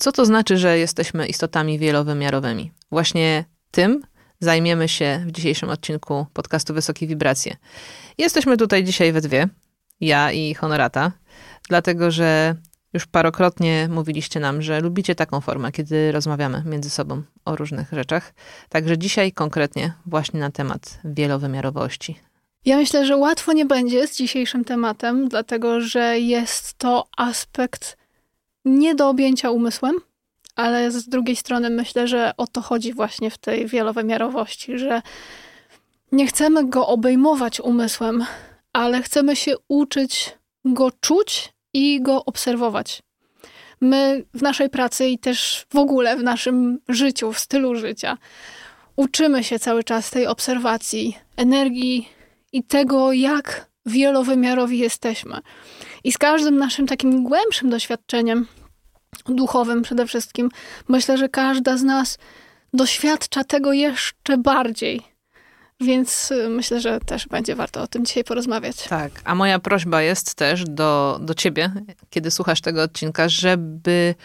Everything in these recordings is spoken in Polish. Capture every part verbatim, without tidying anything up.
Co to znaczy, że jesteśmy istotami wielowymiarowymi? Właśnie tym zajmiemy się w dzisiejszym odcinku podcastu Wysokie Wibracje. Jesteśmy tutaj dzisiaj we dwie, ja i Honorata, dlatego że już parokrotnie mówiliście nam, że lubicie taką formę, kiedy rozmawiamy między sobą o różnych rzeczach. Także dzisiaj konkretnie właśnie na temat wielowymiarowości. Ja myślę, że łatwo nie będzie z dzisiejszym tematem, dlatego że jest to aspekt nie do objęcia umysłem, ale z drugiej strony myślę, że o to chodzi właśnie w tej wielowymiarowości, że nie chcemy go obejmować umysłem, ale chcemy się uczyć go czuć i go obserwować. My w naszej pracy i też w ogóle w naszym życiu, w stylu życia uczymy się cały czas tej obserwacji, energii i tego, jak wielowymiarowi jesteśmy. I z każdym naszym takim głębszym doświadczeniem, duchowym przede wszystkim, myślę, że każda z nas doświadcza tego jeszcze bardziej. Więc myślę, że też będzie warto o tym dzisiaj porozmawiać. Tak, a moja prośba jest też do, do ciebie, kiedy słuchasz tego odcinka, żeby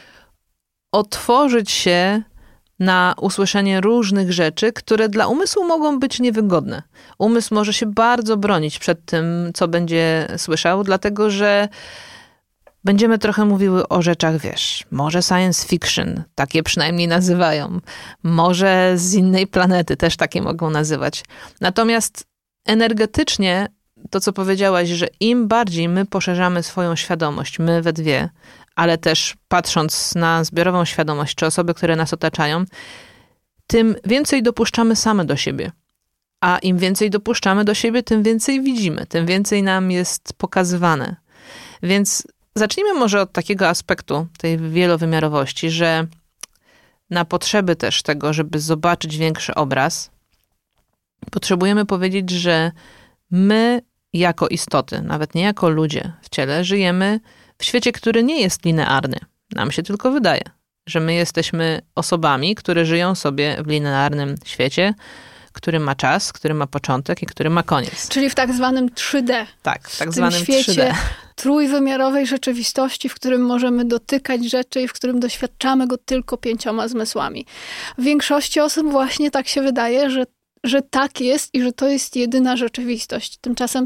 otworzyć się na usłyszenie różnych rzeczy, które dla umysłu mogą być niewygodne. Umysł może się bardzo bronić przed tym, co będzie słyszał, dlatego że będziemy trochę mówiły o rzeczach, wiesz, może science fiction, takie przynajmniej nazywają, może z innej planety, też takie mogą nazywać. Natomiast energetycznie, to co powiedziałaś, że im bardziej my poszerzamy swoją świadomość, my we dwie, ale też patrząc na zbiorową świadomość, czy osoby, które nas otaczają, tym więcej dopuszczamy same do siebie. A im więcej dopuszczamy do siebie, tym więcej widzimy, tym więcej nam jest pokazywane. Więc zacznijmy może od takiego aspektu tej wielowymiarowości, że na potrzeby też tego, żeby zobaczyć większy obraz, potrzebujemy powiedzieć, że my jako istoty, nawet nie jako ludzie w ciele, żyjemy w świecie, który nie jest linearny. Nam się tylko wydaje, że my jesteśmy osobami, które żyją sobie w linearnym świecie, który ma czas, który ma początek i który ma koniec. Czyli w tak zwanym trzy D. Tak, w tak w zwanym tym świecie trzy D. Trójwymiarowej rzeczywistości, w którym możemy dotykać rzeczy i w którym doświadczamy go tylko pięcioma zmysłami. W większości osób właśnie tak się wydaje, że, że tak jest i że to jest jedyna rzeczywistość. Tymczasem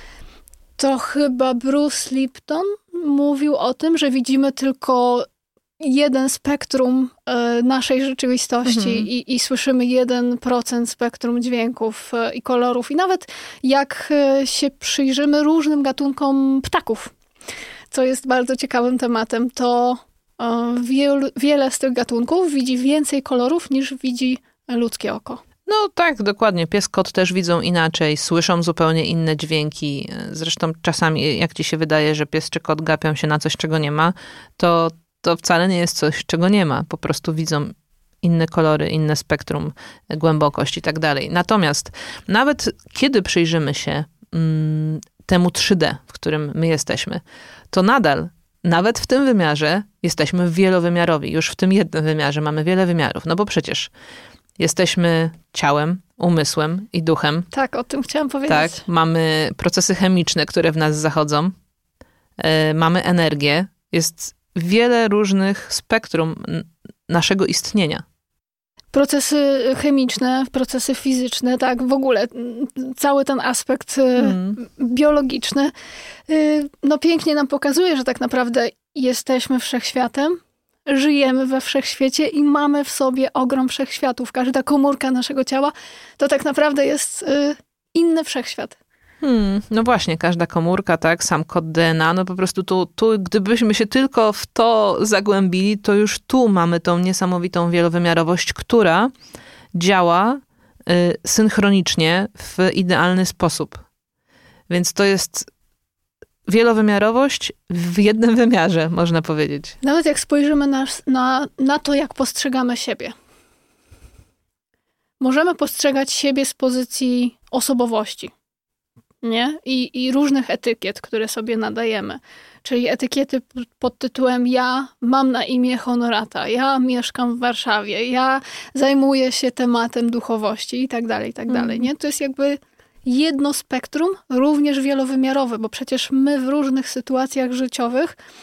to chyba Bruce Lipton mówił o tym, że widzimy tylko jeden spektrum e, naszej rzeczywistości mhm. i, i słyszymy jeden procent spektrum dźwięków e, i kolorów. I nawet jak e, się przyjrzymy różnym gatunkom ptaków, co jest bardzo ciekawym tematem, to e, wiel, wiele z tych gatunków widzi więcej kolorów niż widzi ludzkie oko. No tak, dokładnie. Pies, kot też widzą inaczej, słyszą zupełnie inne dźwięki. Zresztą czasami, jak ci się wydaje, że pies czy kot gapią się na coś, czego nie ma, to to wcale nie jest coś, czego nie ma. Po prostu widzą inne kolory, inne spektrum, głębokość i tak dalej. Natomiast nawet kiedy przyjrzymy się mm, temu trzy D, w którym my jesteśmy, to nadal, nawet w tym wymiarze jesteśmy wielowymiarowi. Już w tym jednym wymiarze mamy wiele wymiarów. No bo przecież jesteśmy ciałem, umysłem i duchem. Tak, o tym chciałam powiedzieć. Tak, mamy procesy chemiczne, które w nas zachodzą. Yy, mamy energię. Jest wiele różnych spektrum naszego istnienia. Procesy chemiczne, procesy fizyczne, tak, w ogóle cały ten aspekt hmm. biologiczny, no pięknie nam pokazuje, że tak naprawdę jesteśmy wszechświatem, żyjemy we wszechświecie i mamy w sobie ogrom wszechświatów. Każda komórka naszego ciała to tak naprawdę jest inny wszechświat. Hmm, no właśnie, każda komórka, tak, sam kod D N A, no po prostu tu, tu, gdybyśmy się tylko w to zagłębili, to już tu mamy tą niesamowitą wielowymiarowość, która działa y, synchronicznie w idealny sposób. Więc to jest wielowymiarowość w jednym wymiarze, można powiedzieć. Nawet jak spojrzymy na, na, na to, jak postrzegamy siebie. Możemy postrzegać siebie z pozycji osobowości. Nie? I, i różnych etykiet, które sobie nadajemy. Czyli etykiety pod tytułem ja mam na imię Honorata, ja mieszkam w Warszawie, ja zajmuję się tematem duchowości i tak dalej, i tak dalej. Nie? To jest jakby jedno spektrum, również wielowymiarowe, bo przecież my w różnych sytuacjach życiowych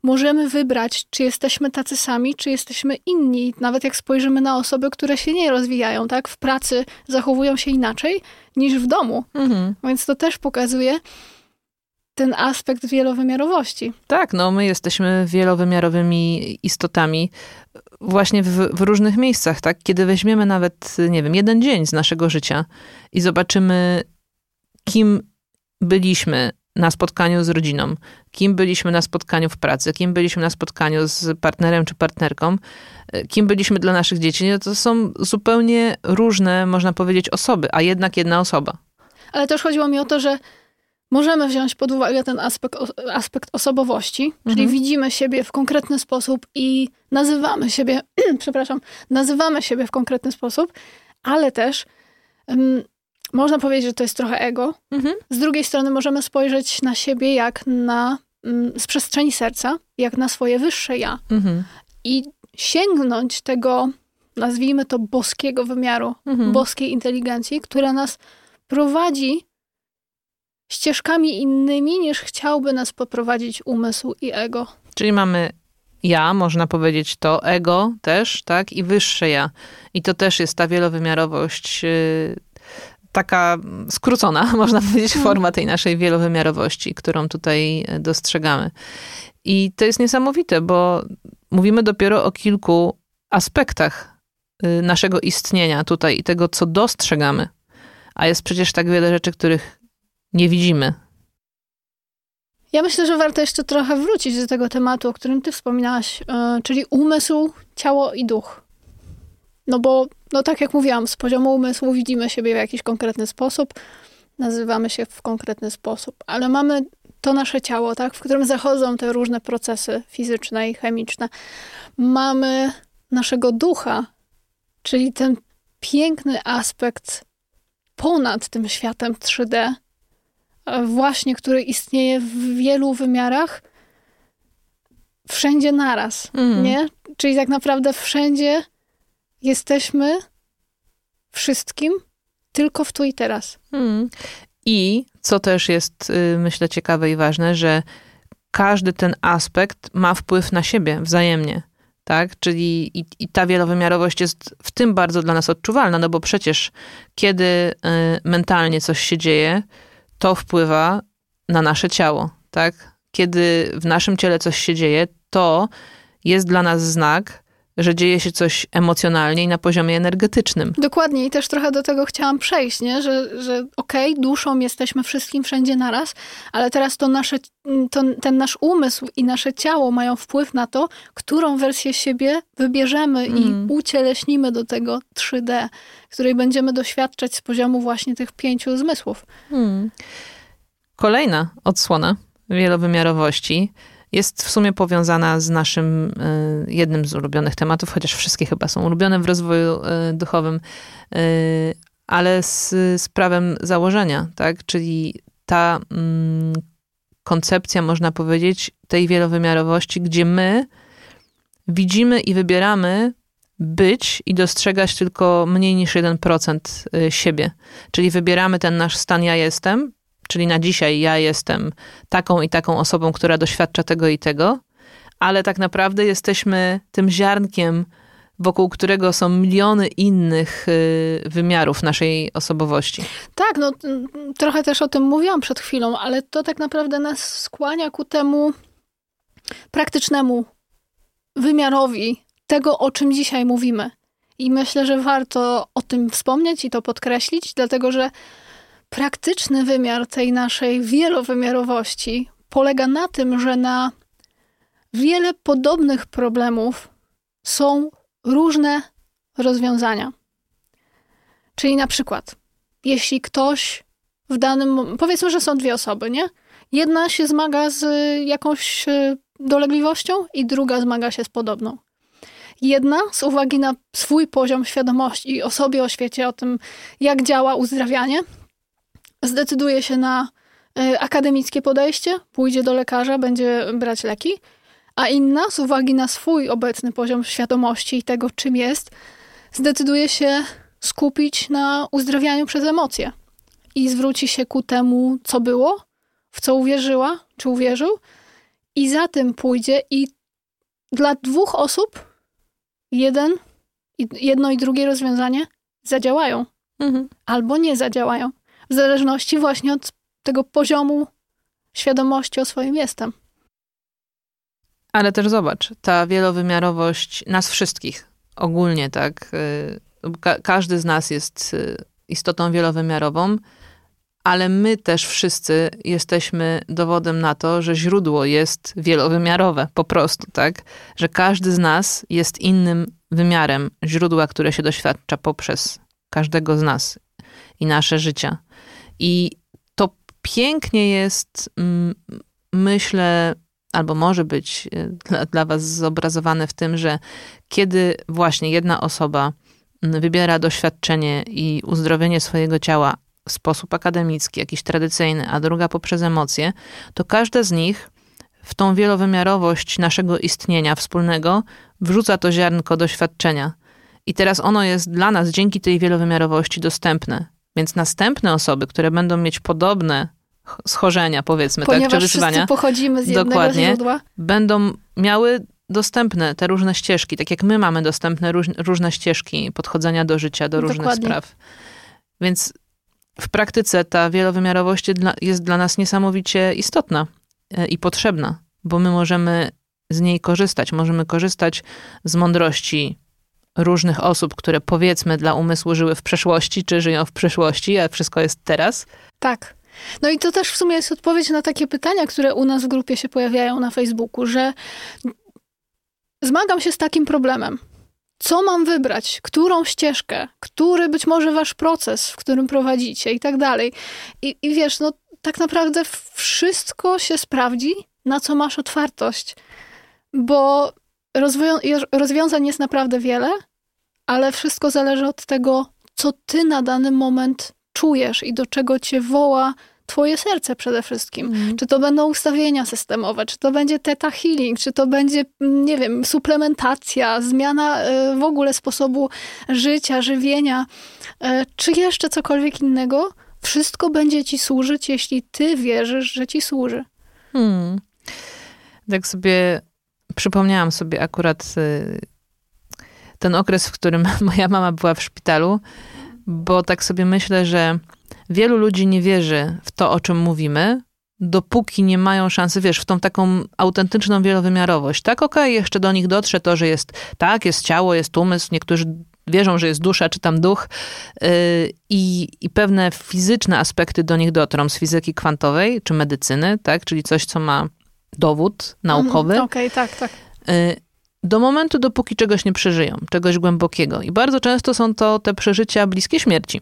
możemy wybrać, czy jesteśmy tacy sami, czy jesteśmy inni. Nawet jak spojrzymy na osoby, które się nie rozwijają, tak? W pracy zachowują się inaczej niż w domu. Mhm. Więc to też pokazuje ten aspekt wielowymiarowości. Tak, no my jesteśmy wielowymiarowymi istotami właśnie w, w różnych miejscach, tak? Kiedy weźmiemy nawet, nie wiem, jeden dzień z naszego życia i zobaczymy, kim byliśmy na spotkaniu z rodziną, kim byliśmy na spotkaniu w pracy, kim byliśmy na spotkaniu z partnerem czy partnerką, kim byliśmy dla naszych dzieci, no to są zupełnie różne, można powiedzieć, osoby, a jednak jedna osoba. Ale też chodziło mi o to, że możemy wziąć pod uwagę ten aspekt, aspekt osobowości, czyli mhm. widzimy siebie w konkretny sposób i nazywamy siebie, przepraszam, nazywamy siebie w konkretny sposób, ale też um, można powiedzieć, że to jest trochę ego. Mhm. Z drugiej strony możemy spojrzeć na siebie jak na, um, z przestrzeni serca, jak na swoje wyższe ja. Mhm. I sięgnąć tego, nazwijmy to, boskiego wymiaru, mhm. boskiej inteligencji, która nas prowadzi ścieżkami innymi, niż chciałby nas poprowadzić umysł i ego. Czyli mamy ja, można powiedzieć to, ego też, tak? I wyższe ja. I to też jest ta wielowymiarowość, yy, taka skrócona, można powiedzieć, forma tej naszej wielowymiarowości, którą tutaj dostrzegamy. I to jest niesamowite, bo mówimy dopiero o kilku aspektach yy, naszego istnienia tutaj i tego, co dostrzegamy. A jest przecież tak wiele rzeczy, których nie widzimy. Ja myślę, że warto jeszcze trochę wrócić do tego tematu, o którym ty wspominałaś, yy, czyli umysł, ciało i duch. No bo, no tak jak mówiłam, z poziomu umysłu widzimy siebie w jakiś konkretny sposób, nazywamy się w konkretny sposób, ale mamy to nasze ciało, tak, w którym zachodzą te różne procesy fizyczne i chemiczne. Mamy naszego ducha, czyli ten piękny aspekt ponad tym światem trzy D, właśnie, który istnieje w wielu wymiarach, wszędzie naraz, mm. nie? Czyli tak naprawdę wszędzie jesteśmy wszystkim, tylko w tu i teraz. Mm. I co też jest, myślę, ciekawe i ważne, że każdy ten aspekt ma wpływ na siebie wzajemnie. Tak? Czyli i, i ta wielowymiarowość jest w tym bardzo dla nas odczuwalna, no bo przecież kiedy y, mentalnie coś się dzieje, to wpływa na nasze ciało, tak? Kiedy w naszym ciele coś się dzieje, to jest dla nas znak, że dzieje się coś emocjonalnie i na poziomie energetycznym. Dokładnie i też trochę do tego chciałam przejść, nie? Że, że okej, okay, duszą jesteśmy wszystkim wszędzie naraz, ale teraz to nasze, to, ten nasz umysł i nasze ciało mają wpływ na to, którą wersję siebie wybierzemy mm. i ucieleśnimy do tego trzy D, której będziemy doświadczać z poziomu właśnie tych pięciu zmysłów. Mm. Kolejna odsłona wielowymiarowości jest w sumie powiązana z naszym y, jednym z ulubionych tematów, chociaż wszystkie chyba są ulubione w rozwoju y, duchowym, y, ale z, z prawem założenia, tak? Czyli ta y, koncepcja, można powiedzieć, tej wielowymiarowości, gdzie my widzimy i wybieramy być i dostrzegać tylko mniej niż jeden procent siebie. Czyli wybieramy ten nasz stan ja jestem, czyli na dzisiaj ja jestem taką i taką osobą, która doświadcza tego i tego, ale tak naprawdę jesteśmy tym ziarnkiem, wokół którego są miliony innych wymiarów naszej osobowości. Tak, no trochę też o tym mówiłam przed chwilą, ale to tak naprawdę nas skłania ku temu praktycznemu wymiarowi tego, o czym dzisiaj mówimy. I myślę, że warto o tym wspomnieć i to podkreślić, dlatego że praktyczny wymiar tej naszej wielowymiarowości polega na tym, że na wiele podobnych problemów są różne rozwiązania. Czyli na przykład, jeśli ktoś w danym... Powiedzmy, że są dwie osoby, nie? Jedna się zmaga z jakąś dolegliwością i druga zmaga się z podobną. Jedna z uwagi na swój poziom świadomości o sobie, o świecie, o tym, jak działa uzdrawianie, zdecyduje się na y, akademickie podejście, pójdzie do lekarza, będzie brać leki, a inna z uwagi na swój obecny poziom świadomości i tego, czym jest, zdecyduje się skupić na uzdrawianiu przez emocje i zwróci się ku temu, co było, w co uwierzyła, czy uwierzył i za tym pójdzie i dla dwóch osób jeden, jedno i drugie rozwiązanie zadziałają. Mhm. Albo nie zadziałają. W zależności właśnie od tego poziomu świadomości o swoim jestem. Ale też zobacz, ta wielowymiarowość nas wszystkich, ogólnie tak, Ka- każdy z nas jest istotą wielowymiarową, ale my też wszyscy jesteśmy dowodem na to, że źródło jest wielowymiarowe, po prostu, tak? Że każdy z nas jest innym wymiarem źródła, które się doświadcza poprzez każdego z nas i nasze życia. I to pięknie jest, myślę, albo może być dla, dla was zobrazowane w tym, że kiedy właśnie jedna osoba wybiera doświadczenie i uzdrowienie swojego ciała w sposób akademicki, jakiś tradycyjny, a druga poprzez emocje, to każda z nich w tą wielowymiarowość naszego istnienia wspólnego wrzuca to ziarnko doświadczenia. I teraz ono jest dla nas dzięki tej wielowymiarowości dostępne. Więc następne osoby, które będą mieć podobne schorzenia, powiedzmy, ponieważ tak, czy wyzwania, wszyscy pochodzimy z jednego dokładnie, źródła, będą miały dostępne te różne ścieżki, tak jak my mamy dostępne róż, różne ścieżki podchodzenia do życia, do różnych dokładnie. spraw. Więc w praktyce ta wielowymiarowość jest dla nas niesamowicie istotna i potrzebna, bo my możemy z niej korzystać. Możemy korzystać z mądrości różnych osób, które powiedzmy dla umysłu żyły w przeszłości, czy żyją w przyszłości, a wszystko jest teraz. Tak. No i to też w sumie jest odpowiedź na takie pytania, które u nas w grupie się pojawiają na Facebooku, że zmagam się z takim problemem. Co mam wybrać? Którą ścieżkę? Który być może wasz proces, w którym prowadzicie i tak dalej. I, i wiesz, no tak naprawdę wszystko się sprawdzi, na co masz otwartość. Bo rozwią- rozwiązań jest naprawdę wiele, ale wszystko zależy od tego, co ty na dany moment czujesz i do czego cię woła twoje serce przede wszystkim. Mm. Czy to będą ustawienia systemowe, czy to będzie theta healing, czy to będzie, nie wiem, suplementacja, zmiana w ogóle sposobu życia, żywienia, czy jeszcze cokolwiek innego. Wszystko będzie ci służyć, jeśli ty wierzysz, że ci służy. Hmm. Tak sobie przypomniałam sobie akurat ten okres, w którym moja mama była w szpitalu, bo tak sobie myślę, że wielu ludzi nie wierzy w to, o czym mówimy, dopóki nie mają szansy, wiesz, w tą taką autentyczną wielowymiarowość. Tak, okej, okay, jeszcze do nich dotrze to, że jest, tak, jest ciało, jest umysł, niektórzy wierzą, że jest dusza, czy tam duch yy, i, i pewne fizyczne aspekty do nich dotrą z fizyki kwantowej, czy medycyny, tak, czyli coś, co ma dowód naukowy. Mm, okej, okay, tak, tak. Yy, do momentu, dopóki czegoś nie przeżyją, czegoś głębokiego. I bardzo często są to te przeżycia bliskie śmierci,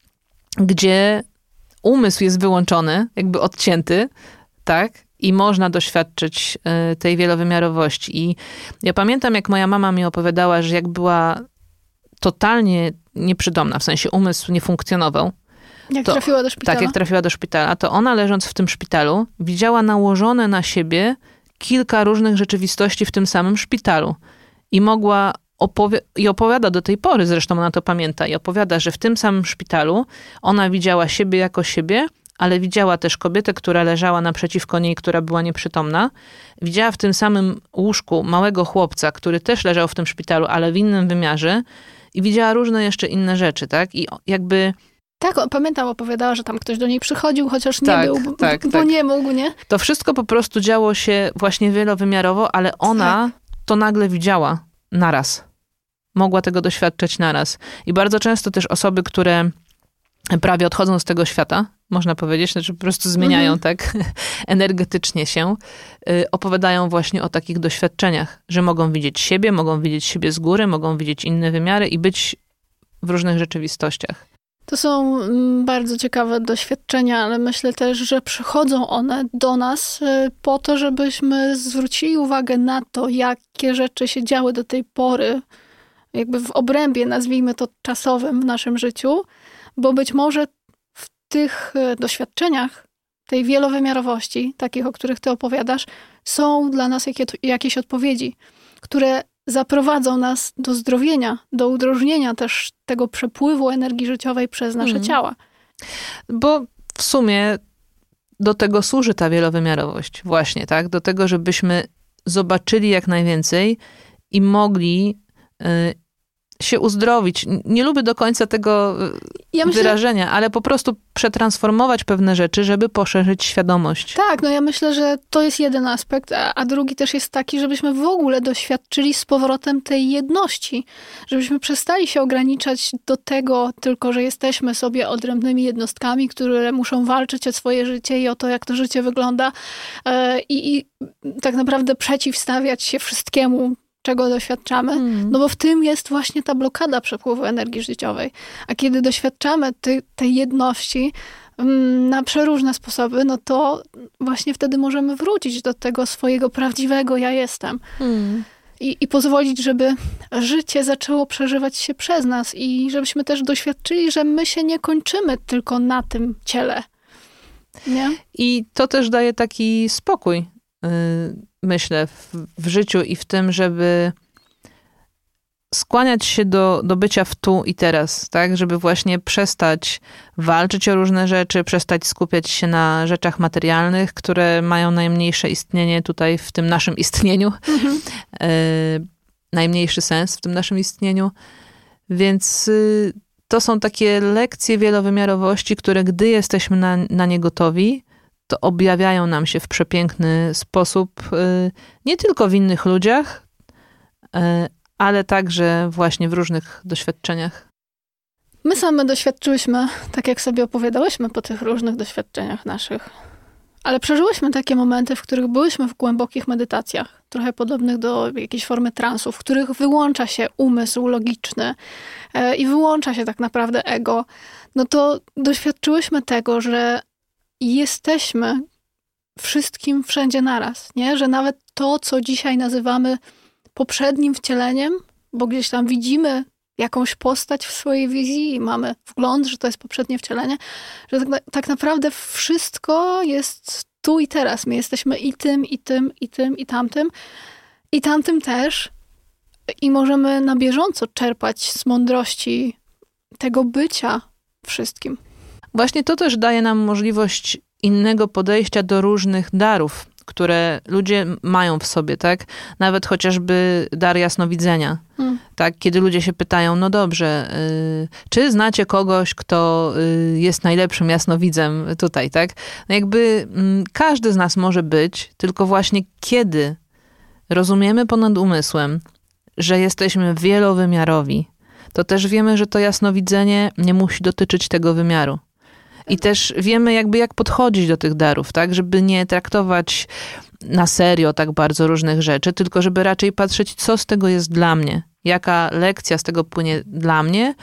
gdzie umysł jest wyłączony, jakby odcięty, tak? I można doświadczyć y, tej wielowymiarowości. I ja pamiętam, jak moja mama mi opowiadała, że jak była totalnie nieprzytomna, w sensie umysł nie funkcjonował. Jak to, trafiła do szpitala. Tak, jak trafiła do szpitala, to ona leżąc w tym szpitalu widziała nałożone na siebie kilka różnych rzeczywistości w tym samym szpitalu. I mogła opowi- i opowiada do tej pory, zresztą ona to pamięta, i opowiada, że w tym samym szpitalu ona widziała siebie jako siebie, ale widziała też kobietę, która leżała naprzeciwko niej, która była nieprzytomna. Widziała w tym samym łóżku małego chłopca, który też leżał w tym szpitalu, ale w innym wymiarze. I widziała różne jeszcze inne rzeczy, tak? I jakby... Tak, pamiętam, opowiadała, że tam ktoś do niej przychodził, chociaż nie tak, był, bo, tak, bo tak. nie mógł, nie? To wszystko po prostu działo się właśnie wielowymiarowo, ale ona tak. to nagle widziała naraz. Mogła tego doświadczać naraz. I bardzo często też osoby, które prawie odchodzą z tego świata, można powiedzieć, znaczy po prostu zmieniają, mm-hmm. tak, energetycznie się, y, opowiadają właśnie o takich doświadczeniach, że mogą widzieć siebie, mogą widzieć siebie z góry, mogą widzieć inne wymiary i być w różnych rzeczywistościach. To są bardzo ciekawe doświadczenia, ale myślę też, że przychodzą one do nas po to, żebyśmy zwrócili uwagę na to, jakie rzeczy się działy do tej pory, jakby w obrębie, nazwijmy to czasowym w naszym życiu, bo być może w tych doświadczeniach, tej wielowymiarowości, takich, o których ty opowiadasz, są dla nas jakie, jakieś odpowiedzi, które zaprowadzą nas do zdrowienia, do udrożnienia też tego przepływu energii życiowej przez nasze mm. ciała. Bo w sumie do tego służy ta wielowymiarowość właśnie, tak? Do tego, żebyśmy zobaczyli jak najwięcej i mogli y, się uzdrowić. Nie lubię do końca tego ja myślę, wyrażenia, ale po prostu przetransformować pewne rzeczy, żeby poszerzyć świadomość. Tak, no ja myślę, że to jest jeden aspekt, a, a drugi też jest taki, żebyśmy w ogóle doświadczyli z powrotem tej jedności. Żebyśmy przestali się ograniczać do tego tylko, że jesteśmy sobie odrębnymi jednostkami, które muszą walczyć o swoje życie i o to, jak to życie wygląda yy, i tak naprawdę przeciwstawiać się wszystkiemu, czego doświadczamy, hmm. no bo w tym jest właśnie ta blokada przepływu energii życiowej. A kiedy doświadczamy tej, tej jedności um, na przeróżne sposoby, no to właśnie wtedy możemy wrócić do tego swojego prawdziwego ja jestem. Hmm. I, I pozwolić, żeby życie zaczęło przeżywać się przez nas i żebyśmy też doświadczyli, że my się nie kończymy tylko na tym ciele. Nie? I to też daje taki spokój, yy, myślę, w, w życiu i w tym, żeby skłaniać się do, do bycia w tu i teraz, tak? Żeby właśnie przestać walczyć o różne rzeczy, przestać skupiać się na rzeczach materialnych, które mają najmniejsze istnienie tutaj w tym naszym istnieniu. Mhm. y, najmniejszy sens w tym naszym istnieniu. Więc y, to są takie lekcje wielowymiarowości, które gdy jesteśmy na, na nie gotowi, to objawiają nam się w przepiękny sposób, y, nie tylko w innych ludziach, y, ale także właśnie w różnych doświadczeniach. My same doświadczyłyśmy, tak jak sobie opowiadałyśmy po tych różnych doświadczeniach naszych, ale przeżyłyśmy takie momenty, w których byłyśmy w głębokich medytacjach, trochę podobnych do jakiejś formy transu, w których wyłącza się umysł logiczny e, i wyłącza się tak naprawdę ego. No to doświadczyłyśmy tego, że jesteśmy wszystkim wszędzie naraz, nie? Że nawet to, co dzisiaj nazywamy poprzednim wcieleniem, bo gdzieś tam widzimy jakąś postać w swojej wizji i mamy wgląd, że to jest poprzednie wcielenie, że tak, na, tak naprawdę wszystko jest tu i teraz. My jesteśmy i tym, i tym, i tym, i tamtym, i tamtym też. I możemy na bieżąco czerpać z mądrości tego bycia wszystkim. Właśnie to też daje nam możliwość innego podejścia do różnych darów, które ludzie mają w sobie, tak? Nawet chociażby dar jasnowidzenia. Hmm. Tak? Kiedy ludzie się pytają, no dobrze, y, czy znacie kogoś, kto y, jest najlepszym jasnowidzem tutaj, tak? No jakby y, każdy z nas może być, tylko właśnie kiedy rozumiemy ponad umysłem, że jesteśmy wielowymiarowi, to też wiemy, że to jasnowidzenie nie musi dotyczyć tego wymiaru. I też wiemy jakby jak podchodzić do tych darów, tak? Żeby nie traktować na serio tak bardzo różnych rzeczy, tylko żeby raczej patrzeć, co z tego jest dla mnie. Jaka lekcja z tego płynie dla mnie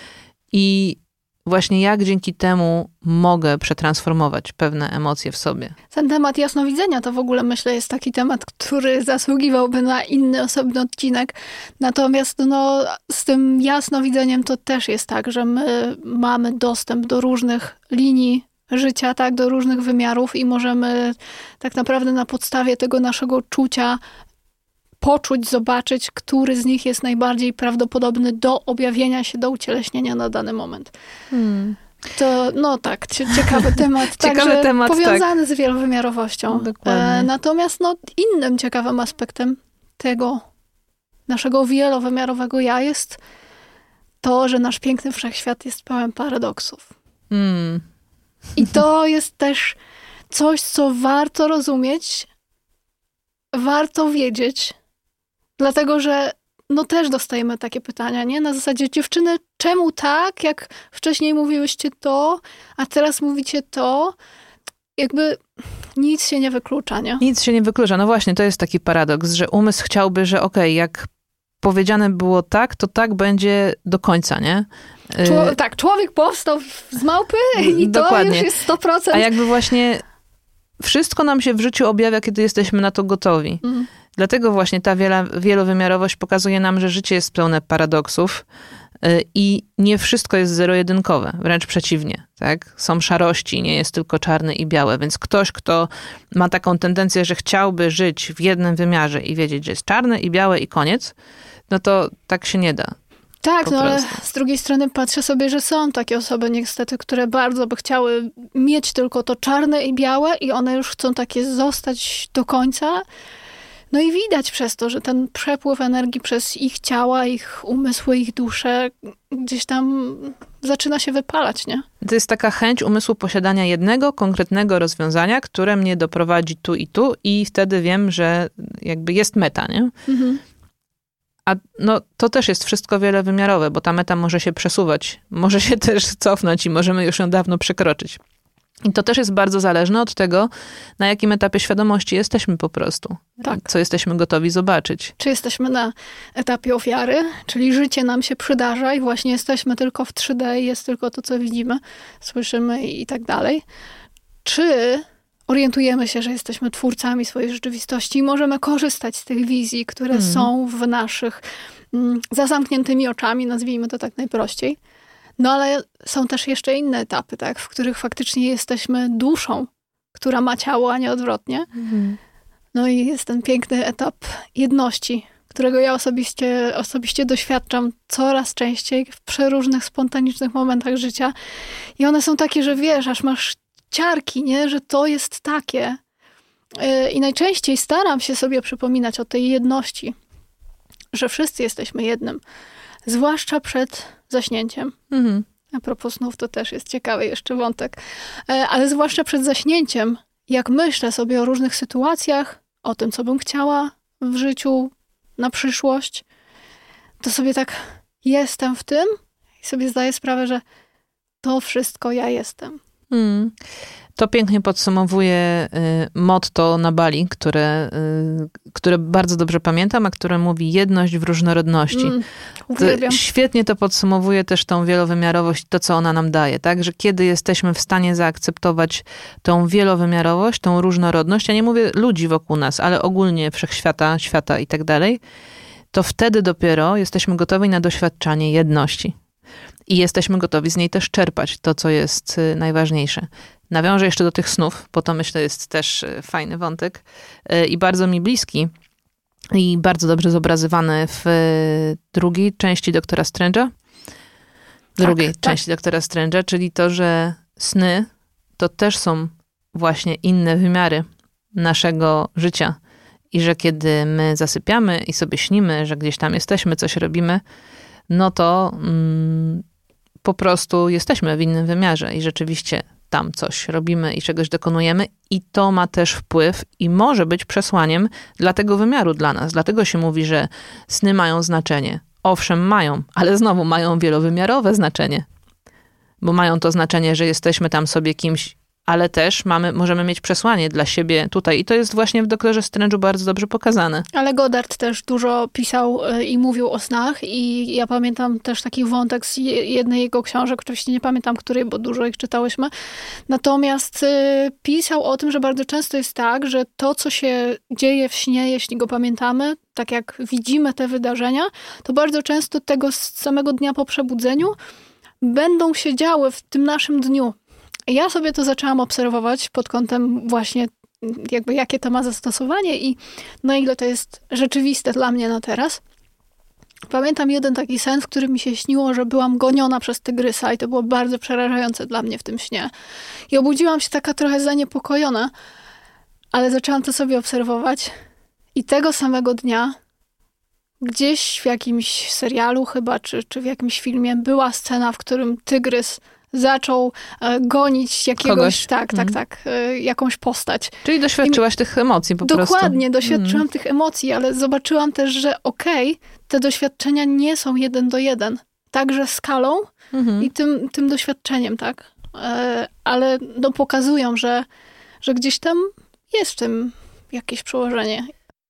i właśnie jak dzięki temu mogę przetransformować pewne emocje w sobie. Ten temat jasnowidzenia to w ogóle myślę jest taki temat, który zasługiwałby na inny osobny odcinek. Natomiast no, z tym jasnowidzeniem to też jest tak, że my mamy dostęp do różnych linii życia, tak, do różnych wymiarów i możemy tak naprawdę na podstawie tego naszego czucia poczuć, zobaczyć, który z nich jest najbardziej prawdopodobny do objawienia się, do ucieleśnienia na dany moment. Hmm. To, no tak, ciekawy temat. Ciekawy temat, powiązany tak. z wielowymiarowością. Dokładnie. E, natomiast no, innym ciekawym aspektem tego naszego wielowymiarowego ja jest to, że nasz piękny wszechświat jest pełen paradoksów. Hmm. I to jest też coś, co warto rozumieć, warto wiedzieć, dlatego, że no też dostajemy takie pytania, nie? Na zasadzie, dziewczyny, czemu tak? Jak wcześniej mówiłyście to, a teraz mówicie to. Jakby nic się nie wyklucza, nie? Nic się nie wyklucza. No właśnie, to jest taki paradoks, że umysł chciałby, że okej, okay, jak powiedziane było tak, to tak będzie do końca, nie? Czło- tak, człowiek powstał z małpy i Dokładnie. To już jest sto procent. A jakby właśnie wszystko nam się w życiu objawia, kiedy jesteśmy na to gotowi. Mhm. Dlatego właśnie ta wiela, wielowymiarowość pokazuje nam, że życie jest pełne paradoksów yy, i nie wszystko jest zero-jedynkowe, wręcz przeciwnie. Tak? Są szarości, nie jest tylko czarne i białe, więc ktoś, kto ma taką tendencję, że chciałby żyć w jednym wymiarze i wiedzieć, że jest czarne i białe i koniec, no to tak się nie da. Tak, no ale z drugiej strony patrzę sobie, że są takie osoby niestety, które bardzo by chciały mieć tylko to czarne i białe i one już chcą takie zostać do końca. No i widać przez to, że ten przepływ energii przez ich ciała, ich umysły, ich dusze gdzieś tam zaczyna się wypalać, nie? To jest taka chęć umysłu posiadania jednego konkretnego rozwiązania, które mnie doprowadzi tu i tu i wtedy wiem, że jakby jest meta, nie? Mhm. A no, to też jest wszystko wielowymiarowe, bo ta meta może się przesuwać, może się też cofnąć i możemy już ją dawno przekroczyć. I to też jest bardzo zależne od tego, na jakim etapie świadomości jesteśmy po prostu. Tak. Co jesteśmy gotowi zobaczyć. Czy jesteśmy na etapie ofiary, czyli życie nam się przydarza i właśnie jesteśmy tylko w trzy D i jest tylko to, co widzimy, słyszymy i tak dalej. Czy orientujemy się, że jesteśmy twórcami swojej rzeczywistości i możemy korzystać z tych wizji, które mm. są w naszych mm, za zamkniętymi oczami, nazwijmy to tak najprościej. No ale są też jeszcze inne etapy, tak, w których faktycznie jesteśmy duszą, która ma ciało, a nie odwrotnie. Mhm. No i jest ten piękny etap jedności, którego ja osobiście, osobiście doświadczam coraz częściej w przeróżnych, spontanicznych momentach życia. I one są takie, że wiesz, aż masz ciarki, nie, że to jest takie. I najczęściej staram się sobie przypominać o tej jedności, że wszyscy jesteśmy jednym. Zwłaszcza przed zaśnięciem. Mhm. A propos snów, to też jest ciekawy jeszcze wątek. Ale zwłaszcza przed zaśnięciem, jak myślę sobie o różnych sytuacjach, o tym, co bym chciała w życiu na przyszłość, to sobie tak jestem w tym i sobie zdaję sprawę, że to wszystko ja jestem. Hmm. To pięknie podsumowuje y, motto na Bali, które, y, które bardzo dobrze pamiętam, a które mówi jedność w różnorodności. Mm, to świetnie to podsumowuje też tą wielowymiarowość, to co ona nam daje, tak? Że kiedy jesteśmy w stanie zaakceptować tą wielowymiarowość, tą różnorodność, ja nie mówię ludzi wokół nas, ale ogólnie wszechświata, świata i tak dalej, to wtedy dopiero jesteśmy gotowi na doświadczanie jedności. I jesteśmy gotowi z niej też czerpać to, co jest y, najważniejsze. Nawiążę jeszcze do tych snów, bo to myślę jest też fajny wątek i bardzo mi bliski i bardzo dobrze zobrazowany w drugiej części Doktora Strange'a. Drugiej tak, części tak. Doktora Strange'a, czyli to, że sny to też są właśnie inne wymiary naszego życia i że kiedy my zasypiamy i sobie śnimy, że gdzieś tam jesteśmy, coś robimy, no to mm, po prostu jesteśmy w innym wymiarze i rzeczywiście tam coś robimy i czegoś dokonujemy i to ma też wpływ i może być przesłaniem dla tego wymiaru dla nas. Dlatego się mówi, że sny mają znaczenie. Owszem, mają, ale znowu mają wielowymiarowe znaczenie. Bo mają to znaczenie, że jesteśmy tam sobie kimś, ale też mamy, możemy mieć przesłanie dla siebie tutaj. I to jest właśnie w Doktorze Strange'u bardzo dobrze pokazane. Ale Goddard też dużo pisał i mówił o snach i ja pamiętam też taki wątek z jednej jego książek, oczywiście nie pamiętam której, bo dużo ich czytałyśmy. Natomiast pisał o tym, że bardzo często jest tak, że to, co się dzieje w śnie, jeśli go pamiętamy, tak jak widzimy te wydarzenia, to bardzo często tego samego dnia po przebudzeniu będą się działy w tym naszym dniu. Ja sobie to zaczęłam obserwować pod kątem właśnie jakby jakie to ma zastosowanie i na ile to jest rzeczywiste dla mnie na teraz. Pamiętam jeden taki sen, w którym mi się śniło, że byłam goniona przez tygrysa i to było bardzo przerażające dla mnie w tym śnie. I obudziłam się taka trochę zaniepokojona, ale zaczęłam to sobie obserwować i tego samego dnia gdzieś w jakimś serialu chyba, czy, czy w jakimś filmie była scena, w którym tygrys zaczął e, gonić jakiegoś, Kogoś. tak, tak, mm. tak, e, jakąś postać. Czyli doświadczyłaś I, tych emocji po dokładnie, prostu. Dokładnie, doświadczyłam mm. tych emocji, ale zobaczyłam też, że okej, okay, te doświadczenia nie są jeden do jeden. Także skalą mm-hmm. i tym, tym doświadczeniem, tak. E, ale no, pokazują, że, że gdzieś tam jest w tym jakieś przełożenie.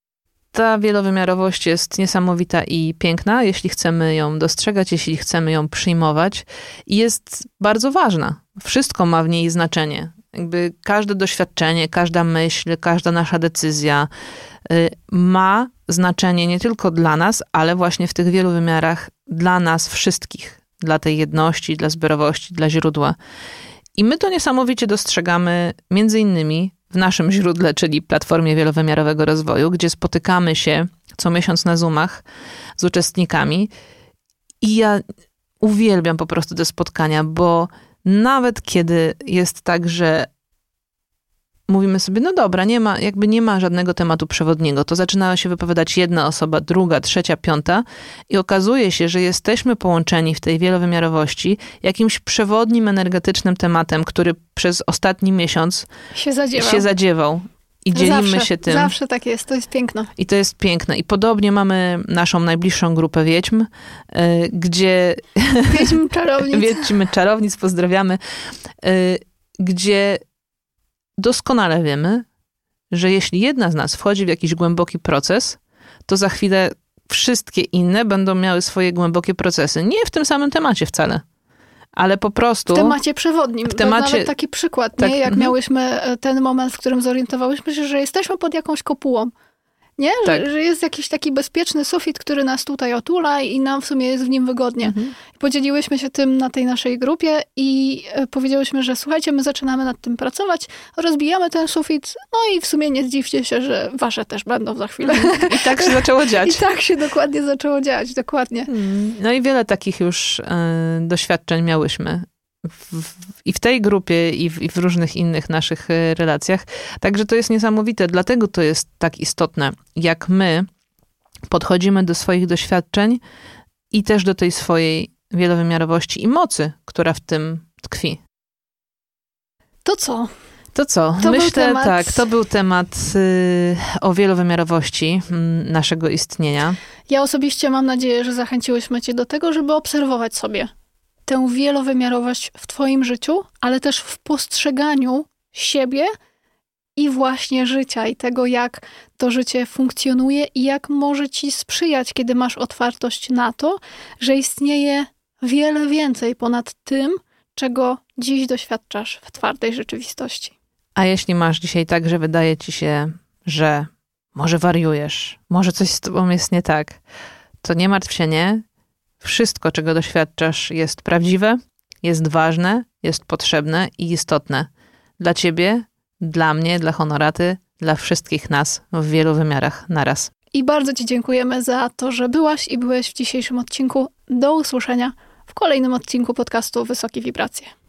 Ta wielowymiarowość jest niesamowita i piękna, jeśli chcemy ją dostrzegać, jeśli chcemy ją przyjmować i jest bardzo ważna. Wszystko ma w niej znaczenie. Jakby każde doświadczenie, każda myśl, każda nasza decyzja y, ma znaczenie nie tylko dla nas, ale właśnie w tych wielu wymiarach dla nas wszystkich. Dla tej jedności, dla zbiorowości, dla źródła. I my to niesamowicie dostrzegamy między innymi w naszym źródle, czyli Platformie Wielowymiarowego Rozwoju, gdzie spotykamy się co miesiąc na Zoomach z uczestnikami I ja uwielbiam po prostu te spotkania, bo nawet kiedy jest tak, że mówimy sobie, no dobra, nie ma, jakby nie ma żadnego tematu przewodniego, to zaczyna się wypowiadać jedna osoba, druga, trzecia, piąta i okazuje się, że jesteśmy połączeni w tej wielowymiarowości jakimś przewodnim, energetycznym tematem, który przez ostatni miesiąc się zadziewał. Się zadziewał. I dzielimy zawsze, się tym. Zawsze tak jest, to jest piękne. I to jest piękne. I podobnie mamy naszą najbliższą grupę wiedźm, y, gdzie... Wiedźm czarownic. Wiedźmy czarownic, pozdrawiamy. Y, gdzie doskonale wiemy, że jeśli jedna z nas wchodzi w jakiś głęboki proces, to za chwilę wszystkie inne będą miały swoje głębokie procesy. Nie w tym samym temacie wcale. Ale po prostu... W temacie przewodnim. W temacie... Nawet taki przykład, tak, nie? Jak mm-hmm. miałyśmy ten moment, w którym zorientowałyśmy się, że jesteśmy pod jakąś kopułą. Nie? Tak. Że, że jest jakiś taki bezpieczny sufit, który nas tutaj otula i nam w sumie jest w nim wygodnie. Mm-hmm. Podzieliłyśmy się tym na tej naszej grupie i powiedziałyśmy, że słuchajcie, my zaczynamy nad tym pracować, rozbijamy ten sufit, no i w sumie nie zdziwcie się, że wasze też będą za chwilę. I tak się zaczęło dziać. I tak się dokładnie zaczęło dziać, dokładnie. No i wiele takich już y, doświadczeń miałyśmy. W, w, i w tej grupie, i w, i w różnych innych naszych y, relacjach. Także to jest niesamowite. Dlatego to jest tak istotne, jak my podchodzimy do swoich doświadczeń i też do tej swojej wielowymiarowości i mocy, która w tym tkwi. To co? To co? To Myślę, temat... tak, to był temat y, o wielowymiarowości y, naszego istnienia. Ja osobiście mam nadzieję, że zachęciłyśmy cię do tego, żeby obserwować sobie tę wielowymiarowość w twoim życiu, ale też w postrzeganiu siebie i właśnie życia i tego, jak to życie funkcjonuje i jak może ci sprzyjać, kiedy masz otwartość na to, że istnieje wiele więcej ponad tym, czego dziś doświadczasz w twardej rzeczywistości. A jeśli masz dzisiaj tak, że wydaje ci się, że może wariujesz, może coś z tobą jest nie tak, to nie martw się, nie. Wszystko, czego doświadczasz, jest prawdziwe, jest ważne, jest potrzebne i istotne. Dla ciebie, dla mnie, dla Honoraty, dla wszystkich nas w wielu wymiarach naraz. I bardzo ci dziękujemy za to, że byłaś i byłeś w dzisiejszym odcinku. Do usłyszenia w kolejnym odcinku podcastu Wysokie Wibracje.